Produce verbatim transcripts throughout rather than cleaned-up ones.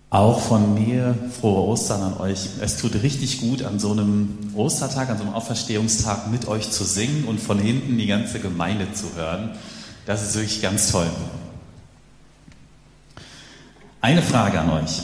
Auch von mir frohe Ostern an euch. Es tut richtig gut, an so einem Ostertag, an so einem Auferstehungstag mit euch zu singen und von hinten die ganze Gemeinde zu hören. Das ist wirklich ganz toll. Eine Frage an euch.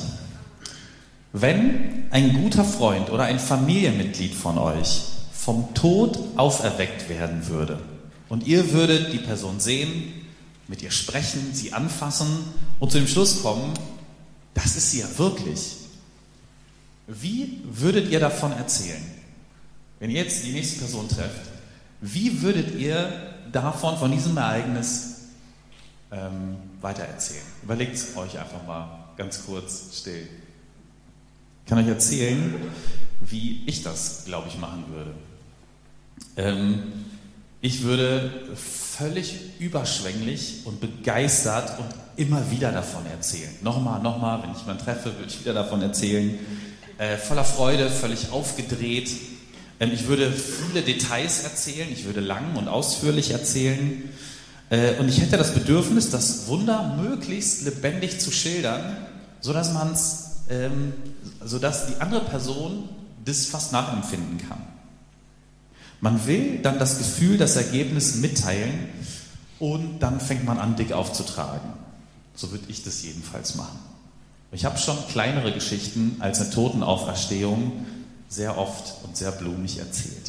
Wenn ein guter Freund oder ein Familienmitglied von euch vom Tod auferweckt werden würde und ihr würdet die Person sehen, mit ihr sprechen, sie anfassen und zu dem Schluss kommen, das ist sie ja wirklich. Wie würdet ihr davon erzählen? Wenn ihr jetzt die nächste Person trefft, wie würdet ihr davon, von diesem Ereignis ähm, weitererzählen? Überlegt es euch einfach mal ganz kurz still. Ich kann euch erzählen, wie ich das, glaube ich, machen würde. Ähm, ich würde völlig überschwänglich und begeistert und immer wieder davon erzählen. Nochmal, nochmal, wenn ich jemanden treffe, würde ich wieder davon erzählen. Äh, voller Freude, völlig aufgedreht. Ähm, ich würde viele Details erzählen, ich würde lang und ausführlich erzählen. Äh, und ich hätte das Bedürfnis, das Wunder möglichst lebendig zu schildern, sodass man es, ähm, sodass die andere Person das fast nachempfinden kann. Man will dann das Gefühl, das Ergebnis mitteilen und dann fängt man an, dick aufzutragen. So würde ich das jedenfalls machen. Ich habe schon kleinere Geschichten als eine Totenauferstehung sehr oft und sehr blumig erzählt.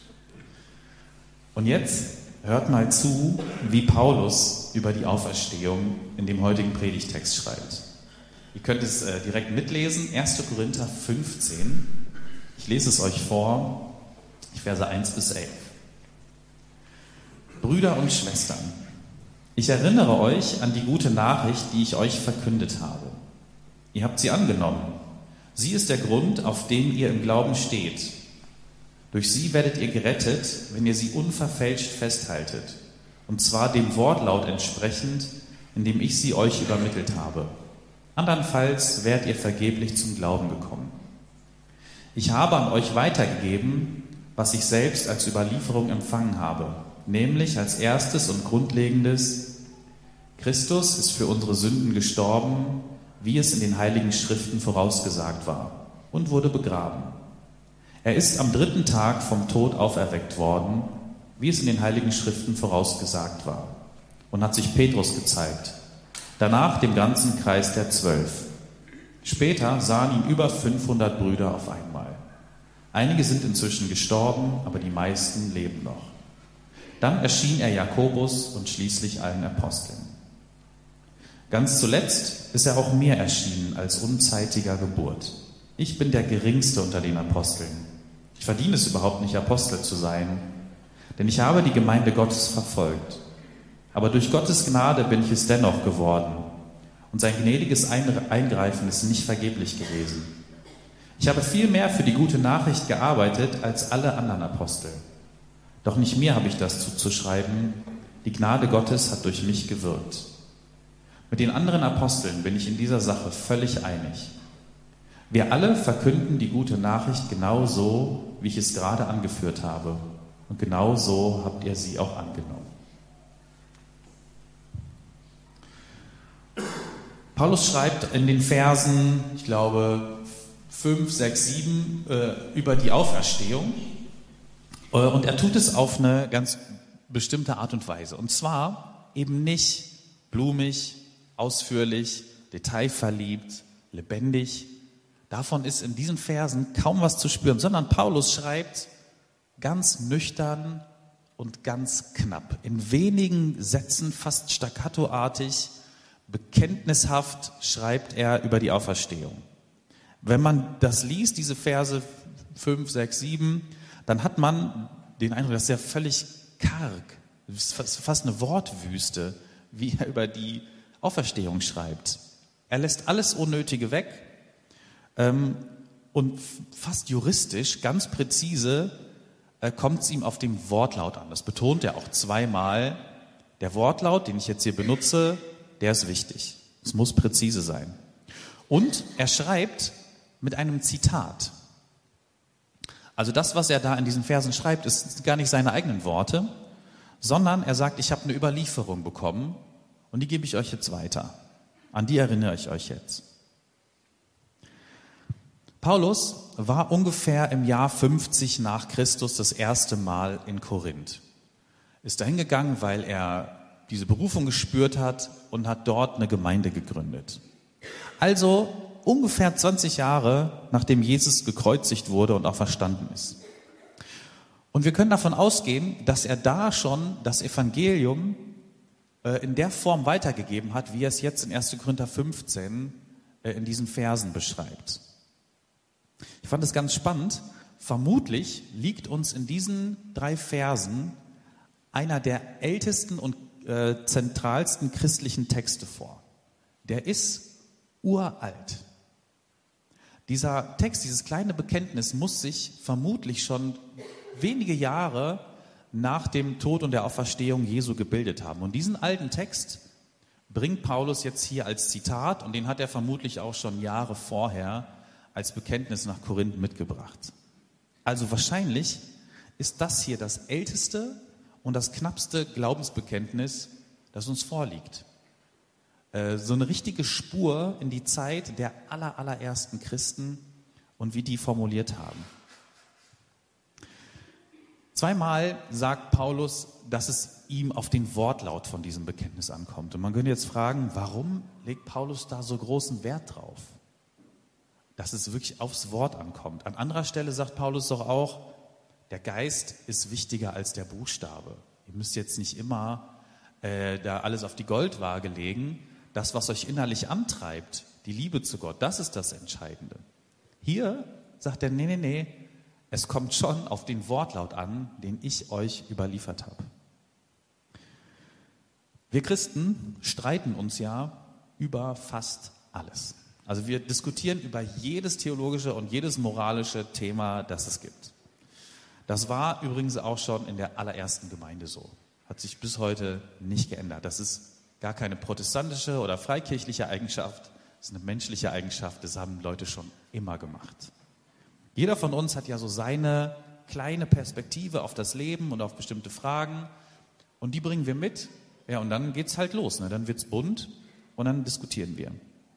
Und jetzt hört mal zu, wie Paulus über die Auferstehung in dem heutigen Predigtext schreibt. Ihr könnt es äh, direkt mitlesen, erster Korinther fünfzehn. Ich lese es euch vor. Verse eins bis elf. Brüder und Schwestern, ich erinnere euch an die gute Nachricht, die ich euch verkündet habe. Ihr habt sie angenommen. Sie ist der Grund, auf dem ihr im Glauben steht. Durch sie werdet ihr gerettet, wenn ihr sie unverfälscht festhaltet, und zwar dem Wortlaut entsprechend, in dem ich sie euch übermittelt habe. Andernfalls wärt ihr vergeblich zum Glauben gekommen. Ich habe an euch weitergegeben, was ich selbst als Überlieferung empfangen habe, nämlich als erstes und grundlegendes: Christus ist für unsere Sünden gestorben, wie es in den heiligen Schriften vorausgesagt war, und wurde begraben. Er ist am dritten Tag vom Tod auferweckt worden, wie es in den heiligen Schriften vorausgesagt war, und hat sich Petrus gezeigt, danach dem ganzen Kreis der Zwölf. Später sahen ihn über fünfhundert Brüder auf einmal. Einige sind inzwischen gestorben, aber die meisten leben noch. Dann erschien er Jakobus und schließlich allen Aposteln. Ganz zuletzt ist er auch mir erschienen als unzeitiger Geburt. Ich bin der Geringste unter den Aposteln. Ich verdiene es überhaupt nicht, Apostel zu sein, denn ich habe die Gemeinde Gottes verfolgt. Aber durch Gottes Gnade bin ich es dennoch geworden, und sein gnädiges Eingreifen ist nicht vergeblich gewesen. Ich habe viel mehr für die gute Nachricht gearbeitet als alle anderen Apostel. Doch nicht mir habe ich das zuzuschreiben, die Gnade Gottes hat durch mich gewirkt. Mit den anderen Aposteln bin ich in dieser Sache völlig einig. Wir alle verkünden die gute Nachricht genau so, wie ich es gerade angeführt habe. Und genau so habt ihr sie auch angenommen. Paulus schreibt in den Versen, ich glaube, fünf, sechs, sieben äh, über die Auferstehung. Äh, und er tut es auf eine ganz bestimmte Art und Weise. Und zwar eben nicht blumig, ausführlich, detailverliebt, lebendig. Davon ist in diesen Versen kaum was zu spüren, sondern Paulus schreibt ganz nüchtern und ganz knapp. In wenigen Sätzen, fast staccatoartig, bekenntnishaft schreibt er über die Auferstehung. Wenn man das liest, diese Verse fünf, sechs, sieben, dann hat man den Eindruck, dass er völlig karg, fast eine Wortwüste, wie er über die Auferstehung schreibt. Er lässt alles Unnötige weg ähm, und fast juristisch, ganz präzise, äh, kommt es ihm auf den Wortlaut an. Das betont er auch zweimal. Der Wortlaut, den ich jetzt hier benutze, der ist wichtig. Es muss präzise sein. Und er schreibt mit einem Zitat. Also das, was er da in diesen Versen schreibt, ist gar nicht seine eigenen Worte, sondern er sagt, ich habe eine Überlieferung bekommen und die gebe ich euch jetzt weiter. An die erinnere ich euch jetzt. Paulus war ungefähr im Jahr fünfzig nach Christus das erste Mal in Korinth. Ist dahin gegangen, weil er diese Berufung gespürt hat und hat dort eine Gemeinde gegründet. Also ungefähr zwanzig Jahre, nachdem Jesus gekreuzigt wurde und auch verstanden ist. Und wir können davon ausgehen, dass er da schon das Evangelium äh, in der Form weitergegeben hat, wie er es jetzt in erster Korinther fünfzehn äh, in diesen Versen beschreibt. Ich fand es ganz spannend. Vermutlich liegt uns in diesen drei Versen einer der ältesten und äh, zentralsten christlichen Texte vor. Der ist uralt. Dieser Text, dieses kleine Bekenntnis muss sich vermutlich schon wenige Jahre nach dem Tod und der Auferstehung Jesu gebildet haben. Und diesen alten Text bringt Paulus jetzt hier als Zitat und den hat er vermutlich auch schon Jahre vorher als Bekenntnis nach Korinth mitgebracht. Also wahrscheinlich ist das hier das älteste und das knappste Glaubensbekenntnis, das uns vorliegt. Äh, so eine richtige Spur in die Zeit der aller, allerersten Christen und wie die formuliert haben. Zweimal sagt Paulus, dass es ihm auf den Wortlaut von diesem Bekenntnis ankommt. Und man könnte jetzt fragen, warum legt Paulus da so großen Wert drauf? Dass es wirklich aufs Wort ankommt. An anderer Stelle sagt Paulus doch auch, der Geist ist wichtiger als der Buchstabe. Ihr müsst jetzt nicht immer äh, da alles auf die Goldwaage legen. Das, was euch innerlich antreibt, die Liebe zu Gott, das ist das Entscheidende. Hier sagt er, nee, nee, nee, es kommt schon auf den Wortlaut an, den ich euch überliefert habe. Wir Christen streiten uns ja über fast alles. Also wir diskutieren über jedes theologische und jedes moralische Thema, das es gibt. Das war übrigens auch schon in der allerersten Gemeinde so. Hat sich bis heute nicht geändert. Das ist gar keine protestantische oder freikirchliche Eigenschaft. Das ist eine menschliche Eigenschaft. Das haben Leute schon immer gemacht. Jeder von uns hat ja so seine kleine Perspektive auf das Leben und auf bestimmte Fragen. Und die bringen wir mit. Ja, und dann geht's halt los. Ne? Dann wird's bunt und dann diskutieren wir.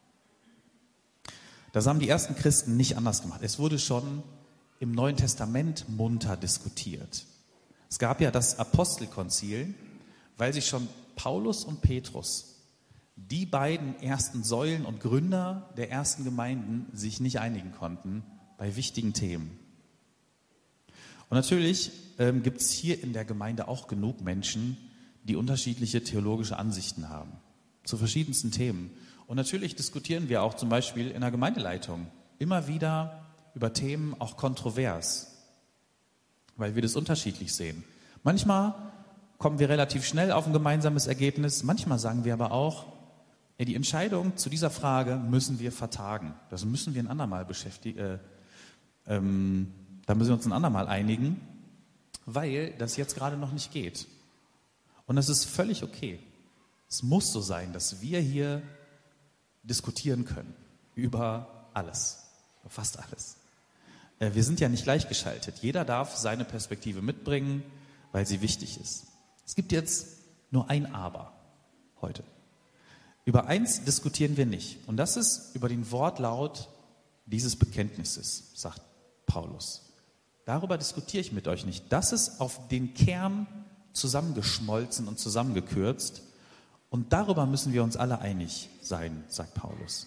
Das haben die ersten Christen nicht anders gemacht. Es wurde schon im Neuen Testament munter diskutiert. Es gab ja das Apostelkonzil, weil sich schon Paulus und Petrus, die beiden ersten Säulen und Gründer der ersten Gemeinden, sich nicht einigen konnten bei wichtigen Themen. Und natürlich ähm, gibt es hier in der Gemeinde auch genug Menschen, die unterschiedliche theologische Ansichten haben zu verschiedensten Themen. Und natürlich diskutieren wir auch zum Beispiel in der Gemeindeleitung immer wieder über Themen auch kontrovers, weil wir das unterschiedlich sehen. Manchmal kommen wir relativ schnell auf ein gemeinsames Ergebnis, manchmal sagen wir aber auch, ja, die Entscheidung zu dieser Frage müssen wir vertagen. Das müssen wir ein andermal beschäftigen, äh, ähm, da müssen wir uns ein andermal einigen, weil das jetzt gerade noch nicht geht. Und das ist völlig okay. Es muss so sein, dass wir hier diskutieren können über alles, fast alles. Wir sind ja nicht gleichgeschaltet. Jeder darf seine Perspektive mitbringen, weil sie wichtig ist. Es gibt jetzt nur ein Aber heute. Über eins diskutieren wir nicht. Und das ist über den Wortlaut dieses Bekenntnisses, sagt Paulus. Darüber diskutiere ich mit euch nicht. Das ist auf den Kern zusammengeschmolzen und zusammengekürzt. Und darüber müssen wir uns alle einig sein, sagt Paulus.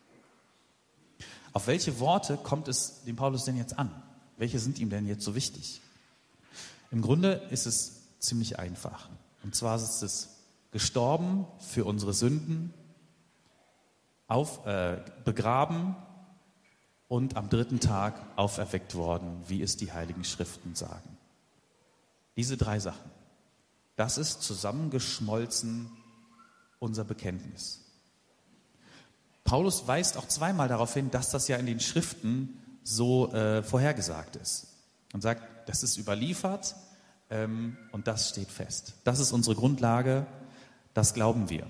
Auf welche Worte kommt es dem Paulus denn jetzt an? Welche sind ihm denn jetzt so wichtig? Im Grunde ist es ziemlich einfach. Und zwar ist es gestorben für unsere Sünden, auf, äh, begraben und am dritten Tag auferweckt worden, wie es die Heiligen Schriften sagen. Diese drei Sachen, das ist zusammengeschmolzen unser Bekenntnis. Paulus weist auch zweimal darauf hin, dass das ja in den Schriften so äh, vorhergesagt ist. Und sagt, das ist überliefert ähm, und das steht fest. Das ist unsere Grundlage, das glauben wir.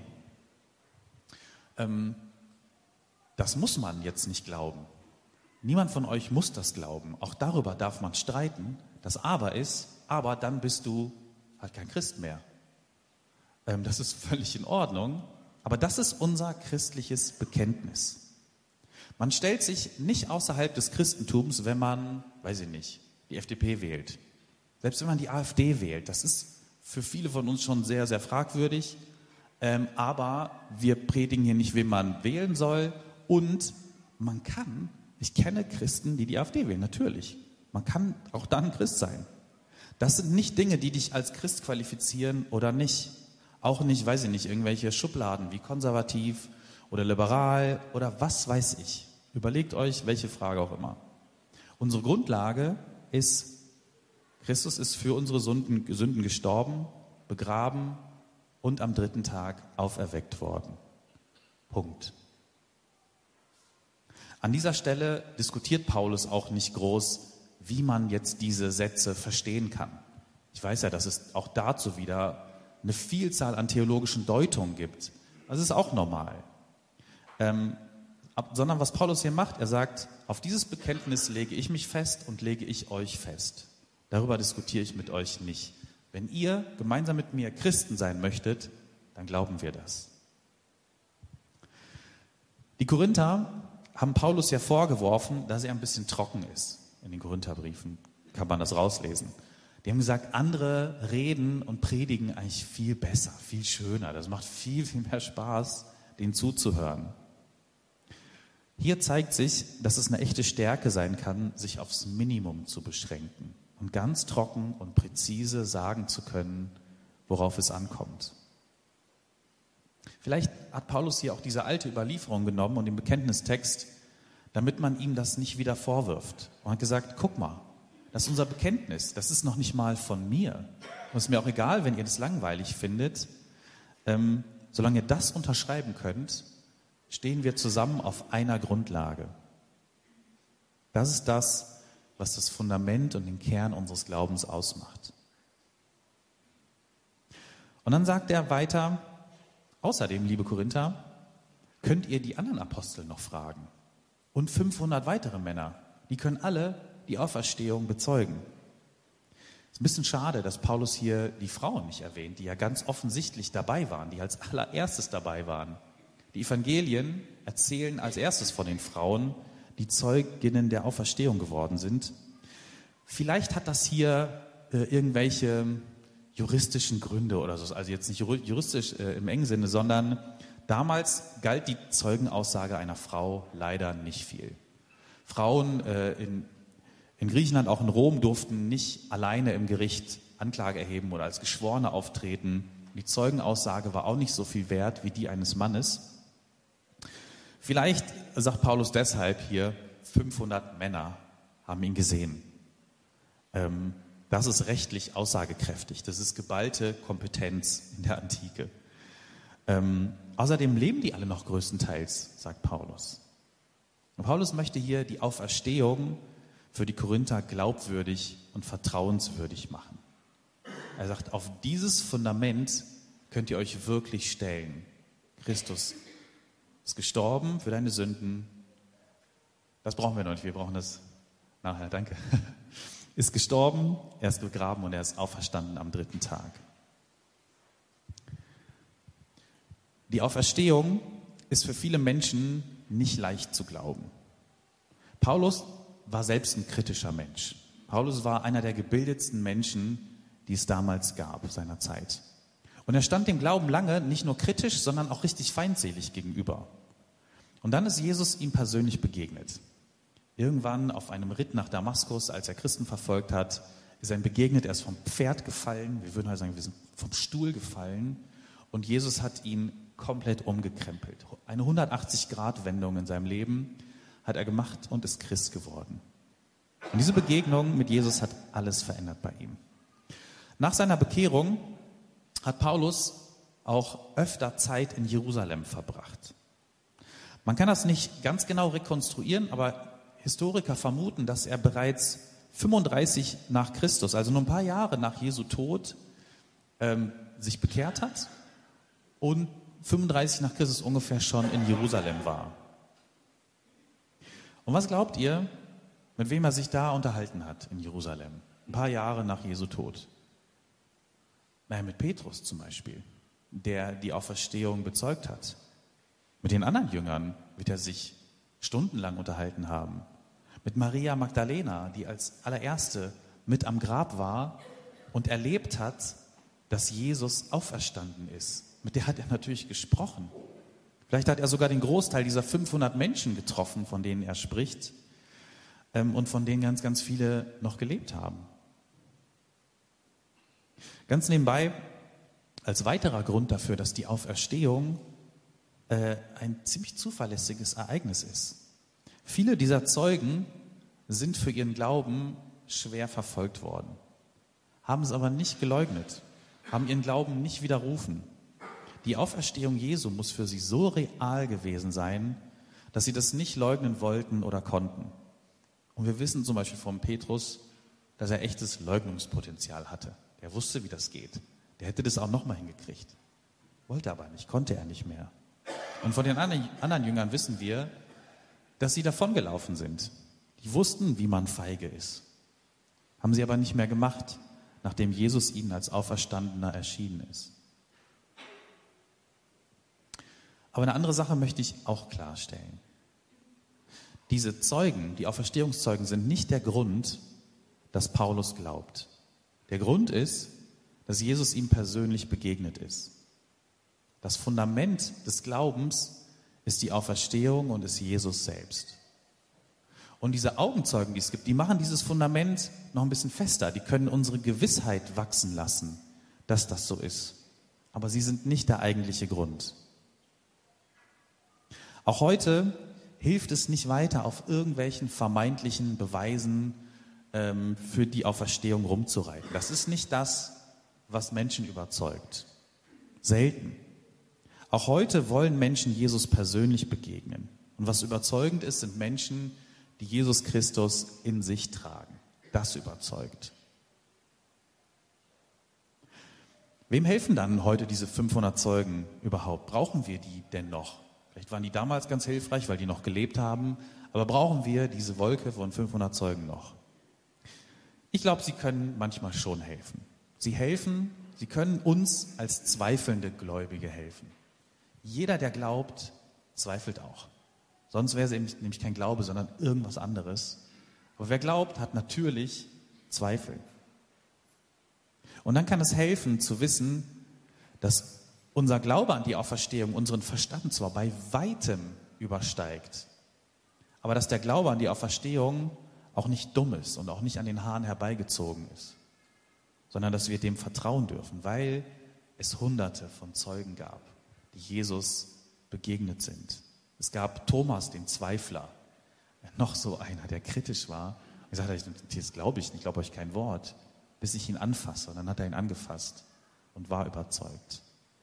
Ähm, das muss man jetzt nicht glauben. Niemand von euch muss das glauben. Auch darüber darf man streiten. Das Aber ist, aber dann bist du halt kein Christ mehr. Ähm, das ist völlig in Ordnung. Aber das ist unser christliches Bekenntnis. Man stellt sich nicht außerhalb des Christentums, wenn man, weiß ich nicht, die F D P wählt. Selbst wenn man die AfD wählt, das ist für viele von uns schon sehr, sehr fragwürdig. Ähm, aber wir predigen hier nicht, wen man wählen soll. Und man kann, ich kenne Christen, die die AfD wählen, natürlich. Man kann auch dann Christ sein. Das sind nicht Dinge, die dich als Christ qualifizieren oder nicht. Auch nicht, weiß ich nicht, irgendwelche Schubladen wie konservativ oder liberal oder was weiß ich. Überlegt euch, welche Frage auch immer. Unsere Grundlage ist, Christus ist für unsere Sünden, Sünden gestorben, begraben und am dritten Tag auferweckt worden. Punkt. An dieser Stelle diskutiert Paulus auch nicht groß, wie man jetzt diese Sätze verstehen kann. Ich weiß ja, dass es auch dazu wieder eine Vielzahl an theologischen Deutungen gibt. Das ist auch normal. Ähm, ab, sondern was Paulus hier macht, er sagt, auf dieses Bekenntnis lege ich mich fest und lege ich euch fest. Darüber diskutiere ich mit euch nicht. Wenn ihr gemeinsam mit mir Christen sein möchtet, dann glauben wir das. Die Korinther haben Paulus ja vorgeworfen, dass er ein bisschen trocken ist. In den Korintherbriefen kann man das rauslesen. Die haben gesagt, andere reden und predigen eigentlich viel besser, viel schöner. Das macht viel, viel mehr Spaß, denen zuzuhören. Hier zeigt sich, dass es eine echte Stärke sein kann, sich aufs Minimum zu beschränken und ganz trocken und präzise sagen zu können, worauf es ankommt. Vielleicht hat Paulus hier auch diese alte Überlieferung genommen und den Bekenntnistext, damit man ihm das nicht wieder vorwirft. Und hat gesagt, guck mal, das ist unser Bekenntnis, das ist noch nicht mal von mir. Und es ist mir auch egal, wenn ihr das langweilig findet. Ähm, solange ihr das unterschreiben könnt, stehen wir zusammen auf einer Grundlage. Das ist das, was das Fundament und den Kern unseres Glaubens ausmacht. Und dann sagt er weiter, außerdem, liebe Korinther, könnt ihr die anderen Apostel noch fragen. Und fünfhundert weitere Männer, die können alle die Auferstehung bezeugen. Es ist ein bisschen schade, dass Paulus hier die Frauen nicht erwähnt, die ja ganz offensichtlich dabei waren, die als allererstes dabei waren. Die Evangelien erzählen als erstes von den Frauen, die Zeuginnen der Auferstehung geworden sind. Vielleicht hat das hier äh, irgendwelche juristischen Gründe oder so, also jetzt nicht juristisch äh, im engen Sinne, sondern damals galt die Zeugenaussage einer Frau leider nicht viel. Frauen äh, in, in Griechenland, auch in Rom, durften nicht alleine im Gericht Anklage erheben oder als Geschworene auftreten. Die Zeugenaussage war auch nicht so viel wert wie die eines Mannes. Vielleicht sagt Paulus deshalb hier, fünfhundert Männer haben ihn gesehen. Ähm, das ist rechtlich aussagekräftig. Das ist geballte Kompetenz in der Antike. Ähm, außerdem leben die alle noch größtenteils, sagt Paulus. Und Paulus möchte hier die Auferstehung für die Korinther glaubwürdig und vertrauenswürdig machen. Er sagt, auf dieses Fundament könnt ihr euch wirklich stellen. Christus ist gestorben für deine Sünden. Das brauchen wir noch nicht, wir brauchen das nachher, danke. Ist gestorben, er ist begraben und er ist auferstanden am dritten Tag. Die Auferstehung ist für viele Menschen nicht leicht zu glauben. Paulus war selbst ein kritischer Mensch. Paulus war einer der gebildetsten Menschen, die es damals gab, seiner Zeit. Und er stand dem Glauben lange nicht nur kritisch, sondern auch richtig feindselig gegenüber. Und dann ist Jesus ihm persönlich begegnet. Irgendwann auf einem Ritt nach Damaskus, als er Christen verfolgt hat, ist er ihm begegnet, er ist vom Pferd gefallen, wir würden halt sagen, wir sind vom Stuhl gefallen. Und Jesus hat ihn komplett umgekrempelt. Eine hundertachtzig-Grad-Wendung in seinem Leben hat er gemacht und ist Christ geworden. Und diese Begegnung mit Jesus hat alles verändert bei ihm. Nach seiner Bekehrung hat Paulus auch öfter Zeit in Jerusalem verbracht. Man kann das nicht ganz genau rekonstruieren, aber Historiker vermuten, dass er bereits fünfunddreißig nach Christus, also nur ein paar Jahre nach Jesu Tod, ähm, sich bekehrt hat und fünfunddreißig nach Christus ungefähr schon in Jerusalem war. Und was glaubt ihr, mit wem er sich da unterhalten hat in Jerusalem? Ein paar Jahre nach Jesu Tod. Naja, mit Petrus zum Beispiel, der die Auferstehung bezeugt hat. Mit den anderen Jüngern wird er sich stundenlang unterhalten haben. Mit Maria Magdalena, die als allererste mit am Grab war und erlebt hat, dass Jesus auferstanden ist. Mit der hat er natürlich gesprochen. Vielleicht hat er sogar den Großteil dieser fünfhundert Menschen getroffen, von denen er spricht ähm, und von denen ganz, ganz viele noch gelebt haben. Ganz nebenbei, als weiterer Grund dafür, dass die Auferstehung äh, ein ziemlich zuverlässiges Ereignis ist. Viele dieser Zeugen sind für ihren Glauben schwer verfolgt worden, haben es aber nicht geleugnet, haben ihren Glauben nicht widerrufen. Die Auferstehung Jesu muss für sie so real gewesen sein, dass sie das nicht leugnen wollten oder konnten. Und wir wissen zum Beispiel von Petrus, dass er echtes Leugnungspotenzial hatte. Er wusste, wie das geht. Der hätte das auch nochmal hingekriegt. Wollte aber nicht, konnte er nicht mehr. Und von den anderen Jüngern wissen wir, dass sie davongelaufen sind. Die wussten, wie man feige ist. Haben sie aber nicht mehr gemacht, nachdem Jesus ihnen als Auferstandener erschienen ist. Aber eine andere Sache möchte ich auch klarstellen. Diese Zeugen, die Auferstehungszeugen, sind nicht der Grund, dass Paulus glaubt. Der Grund ist, dass Jesus ihm persönlich begegnet ist. Das Fundament des Glaubens ist die Auferstehung und ist Jesus selbst. Und diese Augenzeugen, die es gibt, die machen dieses Fundament noch ein bisschen fester. Die können unsere Gewissheit wachsen lassen, dass das so ist. Aber sie sind nicht der eigentliche Grund. Auch heute hilft es nicht weiter, auf irgendwelchen vermeintlichen Beweisen ähm, für die Auferstehung rumzureiten. Das ist nicht das, was Menschen überzeugt. Selten. Auch heute wollen Menschen Jesus persönlich begegnen. Und was überzeugend ist, sind Menschen, die Jesus Christus in sich tragen. Das überzeugt. Wem helfen dann heute diese fünfhundert Zeugen überhaupt? Brauchen wir die denn noch? Vielleicht waren die damals ganz hilfreich, weil die noch gelebt haben. Aber brauchen wir diese Wolke von fünfhundert Zeugen noch? Ich glaube, sie können manchmal schon helfen. Sie helfen, sie können uns als zweifelnde Gläubige helfen. Jeder, der glaubt, zweifelt auch. Sonst wäre es eben nämlich kein Glaube, sondern irgendwas anderes. Aber wer glaubt, hat natürlich Zweifel. Und dann kann es helfen zu wissen, dass unser Glaube an die Auferstehung unseren Verstand zwar bei weitem übersteigt, aber dass der Glaube an die Auferstehung auch nicht dumm ist und auch nicht an den Haaren herbeigezogen ist, sondern dass wir dem vertrauen dürfen, weil es Hunderte von Zeugen gab, die Jesus begegnet sind. Es gab Thomas, den Zweifler, noch so einer, der kritisch war. Er sagte, das glaube ich nicht, ich glaube euch kein Wort, bis ich ihn anfasse. Und dann hat er ihn angefasst und war überzeugt.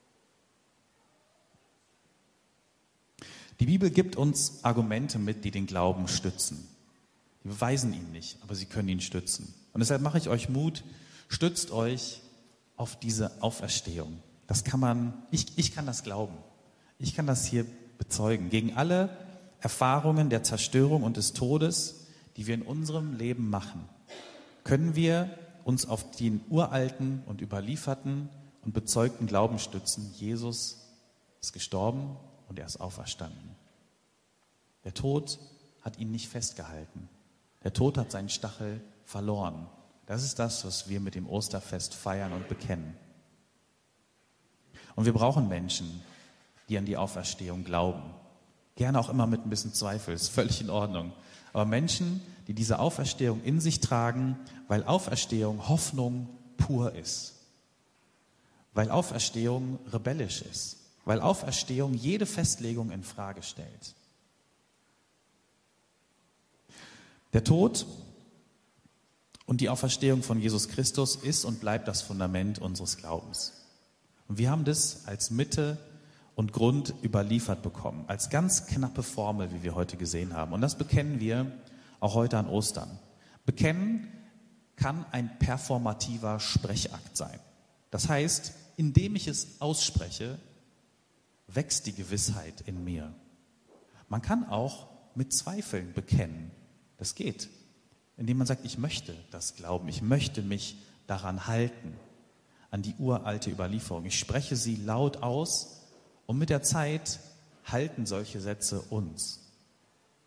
Die Bibel gibt uns Argumente mit, die den Glauben stützen. Die beweisen ihn nicht, aber sie können ihn stützen. Und deshalb mache ich euch Mut, stützt euch auf diese Auferstehung. Das kann man, ich, ich kann das glauben. Ich kann das hier bezeugen. Gegen alle Erfahrungen der Zerstörung und des Todes, die wir in unserem Leben machen, können wir uns auf den uralten und überlieferten und bezeugten Glauben stützen. Jesus ist gestorben und er ist auferstanden. Der Tod hat ihn nicht festgehalten. Der Tod hat seinen Stachel verloren. Das ist das, was wir mit dem Osterfest feiern und bekennen. Und wir brauchen Menschen, die an die Auferstehung glauben. Gerne auch immer mit ein bisschen Zweifel, ist völlig in Ordnung. Aber Menschen, die diese Auferstehung in sich tragen, weil Auferstehung Hoffnung pur ist. Weil Auferstehung rebellisch ist. Weil Auferstehung jede Festlegung in Frage stellt. Der Tod und die Auferstehung von Jesus Christus ist und bleibt das Fundament unseres Glaubens. Und wir haben das als Mitte und Grund überliefert bekommen, als ganz knappe Formel, wie wir heute gesehen haben. Und das bekennen wir auch heute an Ostern. Bekennen kann ein performativer Sprechakt sein. Das heißt, indem ich es ausspreche, wächst die Gewissheit in mir. Man kann auch mit Zweifeln bekennen. Das geht, indem man sagt, ich möchte das glauben, ich möchte mich daran halten, an die uralte Überlieferung. Ich spreche sie laut aus und mit der Zeit halten solche Sätze uns.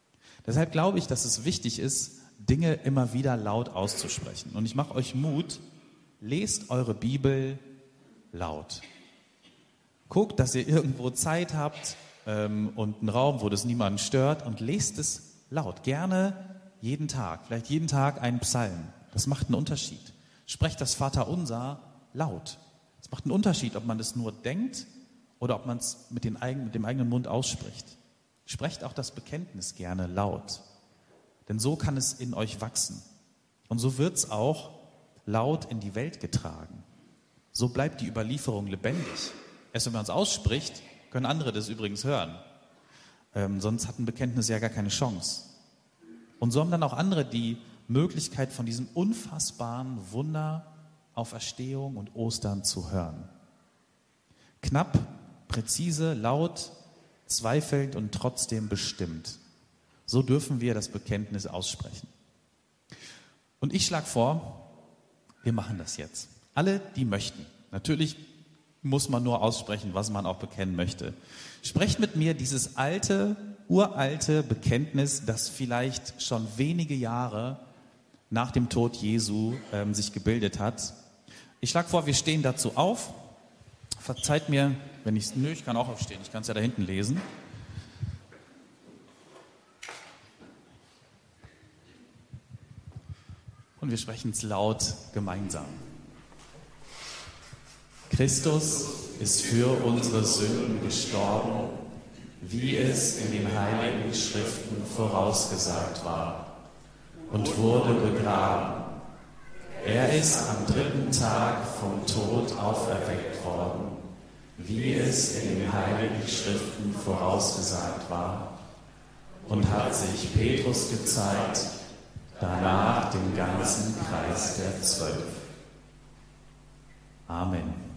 Deshalb glaube ich, dass es wichtig ist, Dinge immer wieder laut auszusprechen. Und ich mache euch Mut, lest eure Bibel laut. Guckt, dass ihr irgendwo Zeit habt ähm, und einen Raum, wo das niemanden stört, und lest es laut. Gerne jeden Tag, vielleicht jeden Tag einen Psalm. Das macht einen Unterschied. Sprecht das Vaterunser laut. Es macht einen Unterschied, ob man es nur denkt oder ob man es mit, den eigenen, mit dem eigenen Mund ausspricht. Sprecht auch das Bekenntnis gerne laut. Denn so kann es in euch wachsen. Und so wird es auch laut in die Welt getragen. So bleibt die Überlieferung lebendig. Erst wenn man es ausspricht, können andere das übrigens hören. Ähm, sonst hat ein Bekenntnis ja gar keine Chance. Und so haben dann auch andere die Möglichkeit, von diesem unfassbaren Wunder Auferstehung und Ostern zu hören. Knapp, präzise, laut, zweifelnd und trotzdem bestimmt. So dürfen wir das Bekenntnis aussprechen. Und ich schlage vor, wir machen das jetzt. Alle, die möchten. Natürlich muss man nur aussprechen, was man auch bekennen möchte. Sprecht mit mir dieses alte, uralte Bekenntnis, das vielleicht schon wenige Jahre nach dem Tod Jesu ähm, sich gebildet hat. Ich schlage vor, wir stehen dazu auf. Verzeiht mir, wenn ich, nö, ich kann auch aufstehen, ich kann es ja da hinten lesen. Und wir sprechen es laut gemeinsam. Christus ist für unsere Sünden gestorben, wie es in den heiligen Schriften vorausgesagt war, und wurde begraben. Er ist am dritten Tag vom Tod auferweckt worden, wie es in den heiligen Schriften vorausgesagt war, und hat sich Petrus gezeigt, danach dem ganzen Kreis der Zwölf. Amen.